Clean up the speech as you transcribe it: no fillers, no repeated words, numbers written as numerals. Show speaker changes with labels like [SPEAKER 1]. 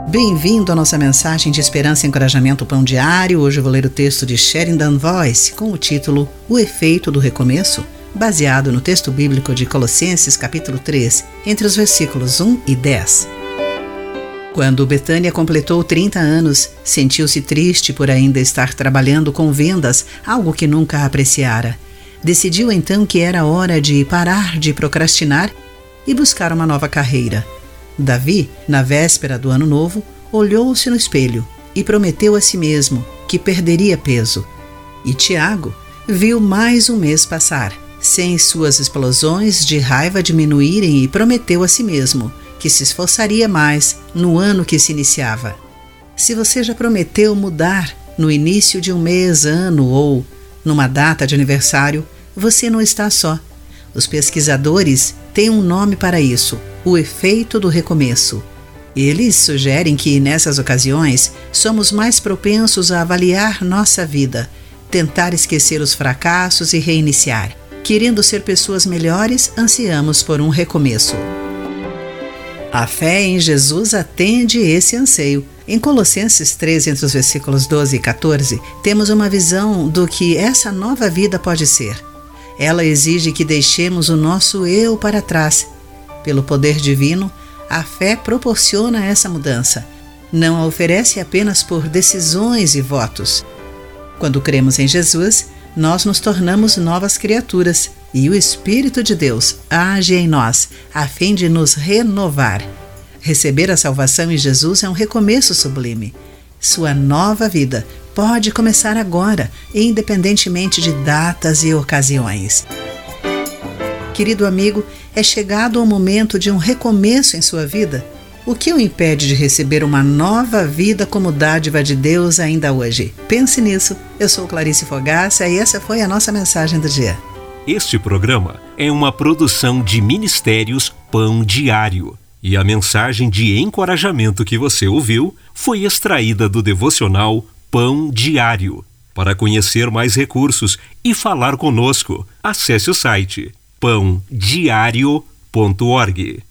[SPEAKER 1] Bem-vindo à nossa mensagem de esperança e encorajamento Pão Diário. Hoje eu vou ler o texto de Sheridan Voice com o título O Efeito do Recomeço, baseado no texto bíblico de Colossenses capítulo 3, entre os versículos 1 e 10. Quando Betânia completou 30 anos, sentiu-se triste por ainda estar trabalhando com vendas, algo que nunca apreciara. Decidiu então que era hora de parar de procrastinar e buscar uma nova carreira. Davi, na véspera do ano novo, olhou-se no espelho e prometeu a si mesmo que perderia peso. E Tiago viu mais um mês passar, sem suas explosões de raiva diminuírem, e prometeu a si mesmo que se esforçaria mais no ano que se iniciava. Se você já prometeu mudar no início de um mês, ano ou numa data de aniversário, você não está só. Os pesquisadores têm um nome para isso: o efeito do recomeço. Eles sugerem que, nessas ocasiões, somos mais propensos a avaliar nossa vida, tentar esquecer os fracassos e reiniciar. Querendo ser pessoas melhores, ansiamos por um recomeço. A fé em Jesus atende esse anseio. Em Colossenses 3, entre os versículos 12 e 14, temos uma visão do que essa nova vida pode ser. Ela exige que deixemos o nosso eu para trás. Pelo poder divino, a fé proporciona essa mudança. Não a oferece apenas por decisões e votos. Quando cremos em Jesus, nós nos tornamos novas criaturas e o Espírito de Deus age em nós a fim de nos renovar. Receber a salvação em Jesus é um recomeço sublime. Sua nova vida pode começar agora, independentemente de datas e ocasiões. Querido amigo, é chegado o momento de um recomeço em sua vida? O que o impede de receber uma nova vida como dádiva de Deus ainda hoje? Pense nisso. Eu sou Clarice Fogaça e essa foi a nossa mensagem do dia.
[SPEAKER 2] Este programa é uma produção de Ministérios Pão Diário. E a mensagem de encorajamento que você ouviu foi extraída do devocional Pão Diário. Para conhecer mais recursos e falar conosco, acesse o site pãodiario.org.